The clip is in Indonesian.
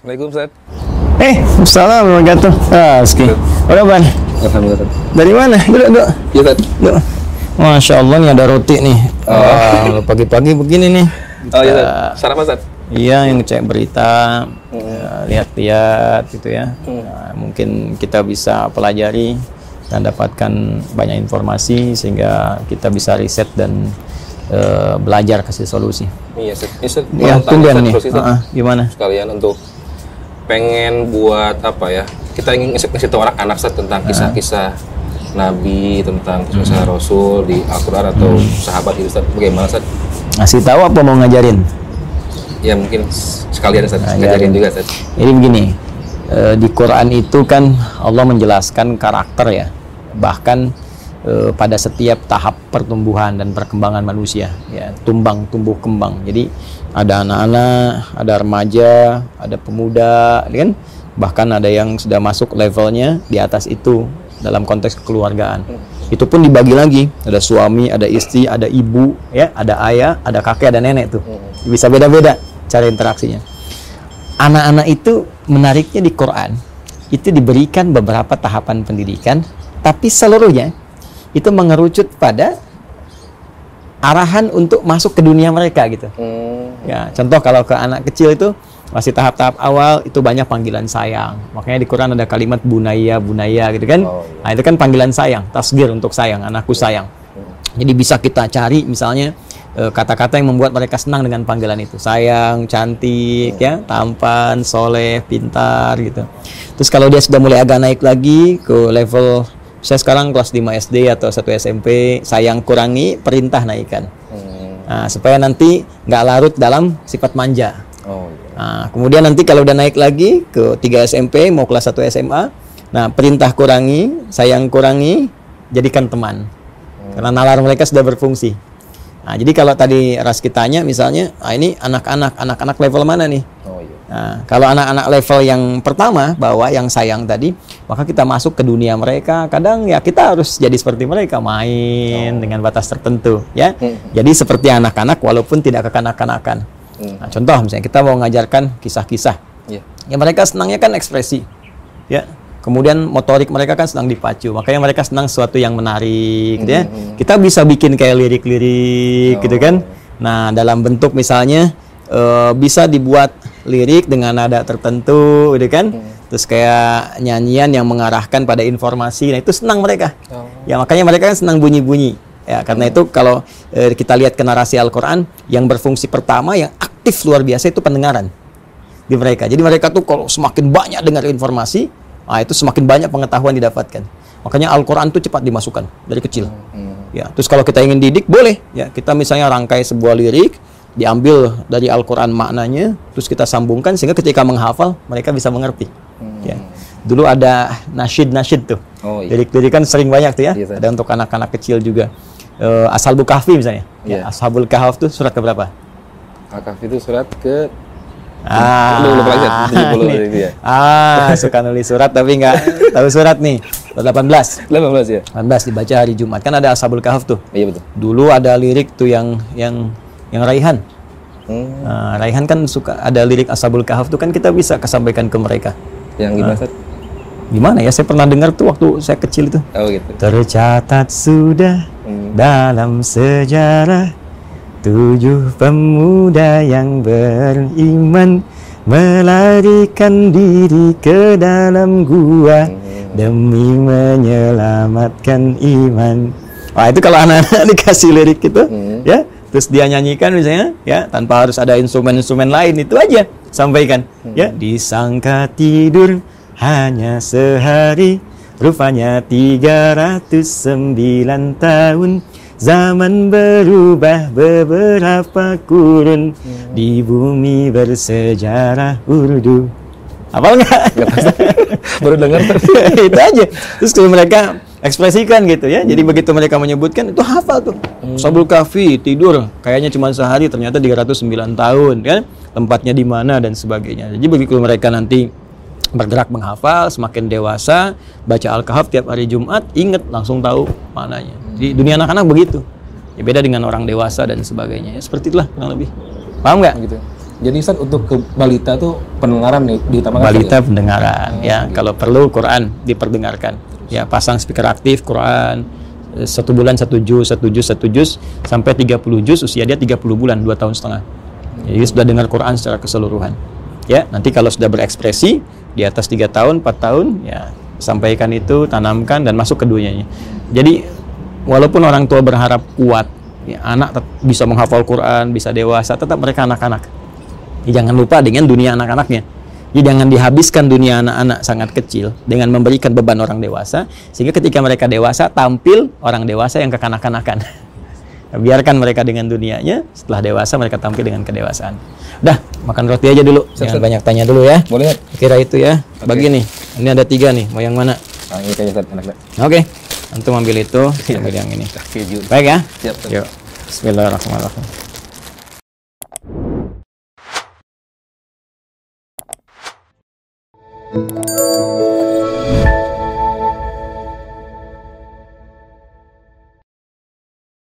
Assalamualaikum, Ustaz. Assalamualaikum warahmatullahi wabarakatuh. Ski. Udah, Ban? Alhamdulillah, Ustaz. Dari mana? Duduk. Iya, Ustaz. Duduk. Masya Allah, nih ada roti nih. Pagi-pagi begini nih. Oh, iya, Ustaz. Sarapan, Ustaz. Iya, yang cek berita, lihat-lihat gitu ya. Nah, mungkin kita bisa pelajari dan dapatkan banyak informasi sehingga kita bisa riset dan belajar kasih solusi. Iya, Ustaz. Ya, tungguan nih. Gimana? Sekalian untuk pengen buat apa ya? Kita ingin ngasih tahu anak-anak, Ustaz, tentang kisah-kisah Nabi, tentang kisah Rasul di Al-Quran atau sahabat itu, Ustaz. Bagaimana, Ustaz? Ngasih tahu apa mau ngajarin? Ya mungkin sekalian, Ustaz, ngajarin juga, Ustaz. Jadi begini, di Quran itu kan Allah menjelaskan karakter ya, bahkan pada setiap tahap pertumbuhan dan perkembangan manusia, ya, tumbuh kembang. Jadi ada anak-anak, ada remaja, ada pemuda, kan? Bahkan ada yang sudah masuk levelnya di atas itu dalam konteks kekeluargaan. Itu pun dibagi lagi, ada suami, ada istri, ada ibu, ya, ada ayah, ada kakek, ada nenek tuh. Bisa beda-beda cara interaksinya. Anak-anak itu menariknya di Quran itu diberikan beberapa tahapan pendidikan, tapi seluruhnya itu mengerucut pada arahan untuk masuk ke dunia mereka gitu. Ya, contoh kalau ke anak kecil itu masih tahap-tahap awal itu banyak panggilan sayang. Makanya di Quran ada kalimat bunaya gitu kan. Nah, itu kan panggilan sayang, tasgir untuk sayang, anakku sayang. Jadi bisa kita cari misalnya kata-kata yang membuat mereka senang dengan panggilan itu. Sayang, cantik, ya, tampan, soleh, pintar gitu. Terus kalau dia sudah mulai agak naik lagi ke level, saya sekarang kelas 5 SD atau 1 SMP, sayang kurangi, perintah naikkan. Nah, supaya nanti nggak larut dalam sifat manja. Nah, kemudian nanti kalau udah naik lagi ke 3 SMP, mau kelas 1 SMA, nah perintah kurangi, sayang kurangi, jadikan teman. Karena nalar mereka sudah berfungsi. Nah, jadi kalau tadi Raski tanya misalnya, ini anak-anak level mana nih? Nah, kalau anak-anak level yang pertama, bahwa yang sayang tadi, maka kita masuk ke dunia mereka. Kadang ya kita harus jadi seperti mereka, main dengan batas tertentu, ya. Jadi seperti anak-anak walaupun tidak kekanak-kanakan. Nah, contoh misalnya kita mau mengajarkan kisah-kisah. Ya mereka senangnya kan ekspresi, ya. Kemudian motorik mereka kan sedang dipacu, makanya mereka senang sesuatu yang menarik, ya. Kita bisa bikin kayak lirik-lirik, gitu kan. Nah, dalam bentuk misalnya bisa dibuat lirik dengan nada tertentu, gitu kan. Terus kayak nyanyian yang mengarahkan pada informasi, nah itu senang mereka. Ya makanya mereka kan senang bunyi-bunyi. Ya karena itu kalau kita lihat ke narasi Al-Quran, yang berfungsi pertama, yang aktif luar biasa itu pendengaran di mereka. Jadi mereka tuh kalau semakin banyak dengar informasi, nah itu semakin banyak pengetahuan didapatkan. Makanya Al-Quran itu cepat dimasukkan dari kecil. Ya, terus kalau kita ingin didik, boleh. Ya, kita misalnya rangkai sebuah lirik, diambil dari Al-Quran maknanya, terus kita sambungkan sehingga ketika menghafal mereka bisa mengerti. Ya. Dulu ada nasyid tuh. Lirik-lirik kan sering banyak tuh ya. Ada untuk anak-anak kecil juga. Ashabul Kahfi misalnya. Ya, Ashabul Kahf tuh surat ke berapa? Al-Kahfi itu surat ke suka nulis surat tapi nggak tahu surat nih. 18 ya. 18 dibaca hari Jumat. Kan ada Ashabul Kahf tuh. Iya betul. Dulu ada lirik tuh yang Raihan. Raihan kan suka ada lirik Ashabul Kahf tuh kan kita bisa kesampaikan ke mereka. Yang gimana, Ustaz? Gimana ya? Saya pernah dengar tuh waktu saya kecil itu. Oh gitu. Tercatat sudah dalam sejarah 7 pemuda yang beriman melarikan diri ke dalam gua demi menyelamatkan iman. Wah, itu kalau anak-anak dikasih lirik itu, ya, terus dia nyanyikan misalnya, ya, tanpa harus ada instrumen-instrumen lain, itu aja sampaikan, ya. Disangka tidur hanya sehari, rupanya 309 tahun. Zaman berubah beberapa kurun, di bumi bersejarah Urdu. Hafal nggak? Baru dengar. Itu aja. Terus kalau mereka ekspresikan gitu ya. Jadi begitu mereka menyebutkan itu hafal tuh. Ashabul Kahfi tidur kayaknya cuma sehari, ternyata 309 tahun kan. Tempatnya di mana dan sebagainya. Jadi begitu mereka nanti bergerak menghafal, semakin dewasa, baca Al-Kahf tiap hari Jumat, inget langsung tahu maknanya. Di dunia anak-anak begitu. Ya beda dengan orang dewasa dan sebagainya. Ya, seperti itulah kurang lebih. Paham nggak? Gitu. Jadi Ustaz untuk ke balita tuh pendengaran nih diutamakan. Balita pendengaran ya. Kalau perlu Quran diperdengarkan. Ya, pasang speaker aktif Quran 1 bulan 1 juz sampai 30 juz, usia dia 30 bulan 2 tahun setengah. Jadi sudah dengar Quran secara keseluruhan. Ya, nanti kalau sudah berekspresi di atas 3 tahun, 4 tahun ya sampaikan itu, tanamkan dan masuk ke dunianya. Jadi walaupun orang tua berharap kuat ya, anak bisa menghafal Quran, bisa dewasa, tetap mereka anak-anak. Ya, jangan lupa dengan dunia anak-anaknya. Jadi jangan dihabiskan dunia anak-anak sangat kecil dengan memberikan beban orang dewasa, sehingga ketika mereka dewasa tampil orang dewasa yang kekanak-kanakan. Biarkan mereka dengan dunianya, setelah dewasa mereka tampil dengan kedewasaan. Dah, makan roti aja dulu, jangan banyak tanya dulu ya. Boleh. Kira itu ya. Bagi nih, ini ada 3 nih, mau yang mana? Nah, ini kayaknya enak. Oke, antum ambil itu, ambil yang ini. Baik ya. Siap. Yuk, Bismillahirrahmanirrahim.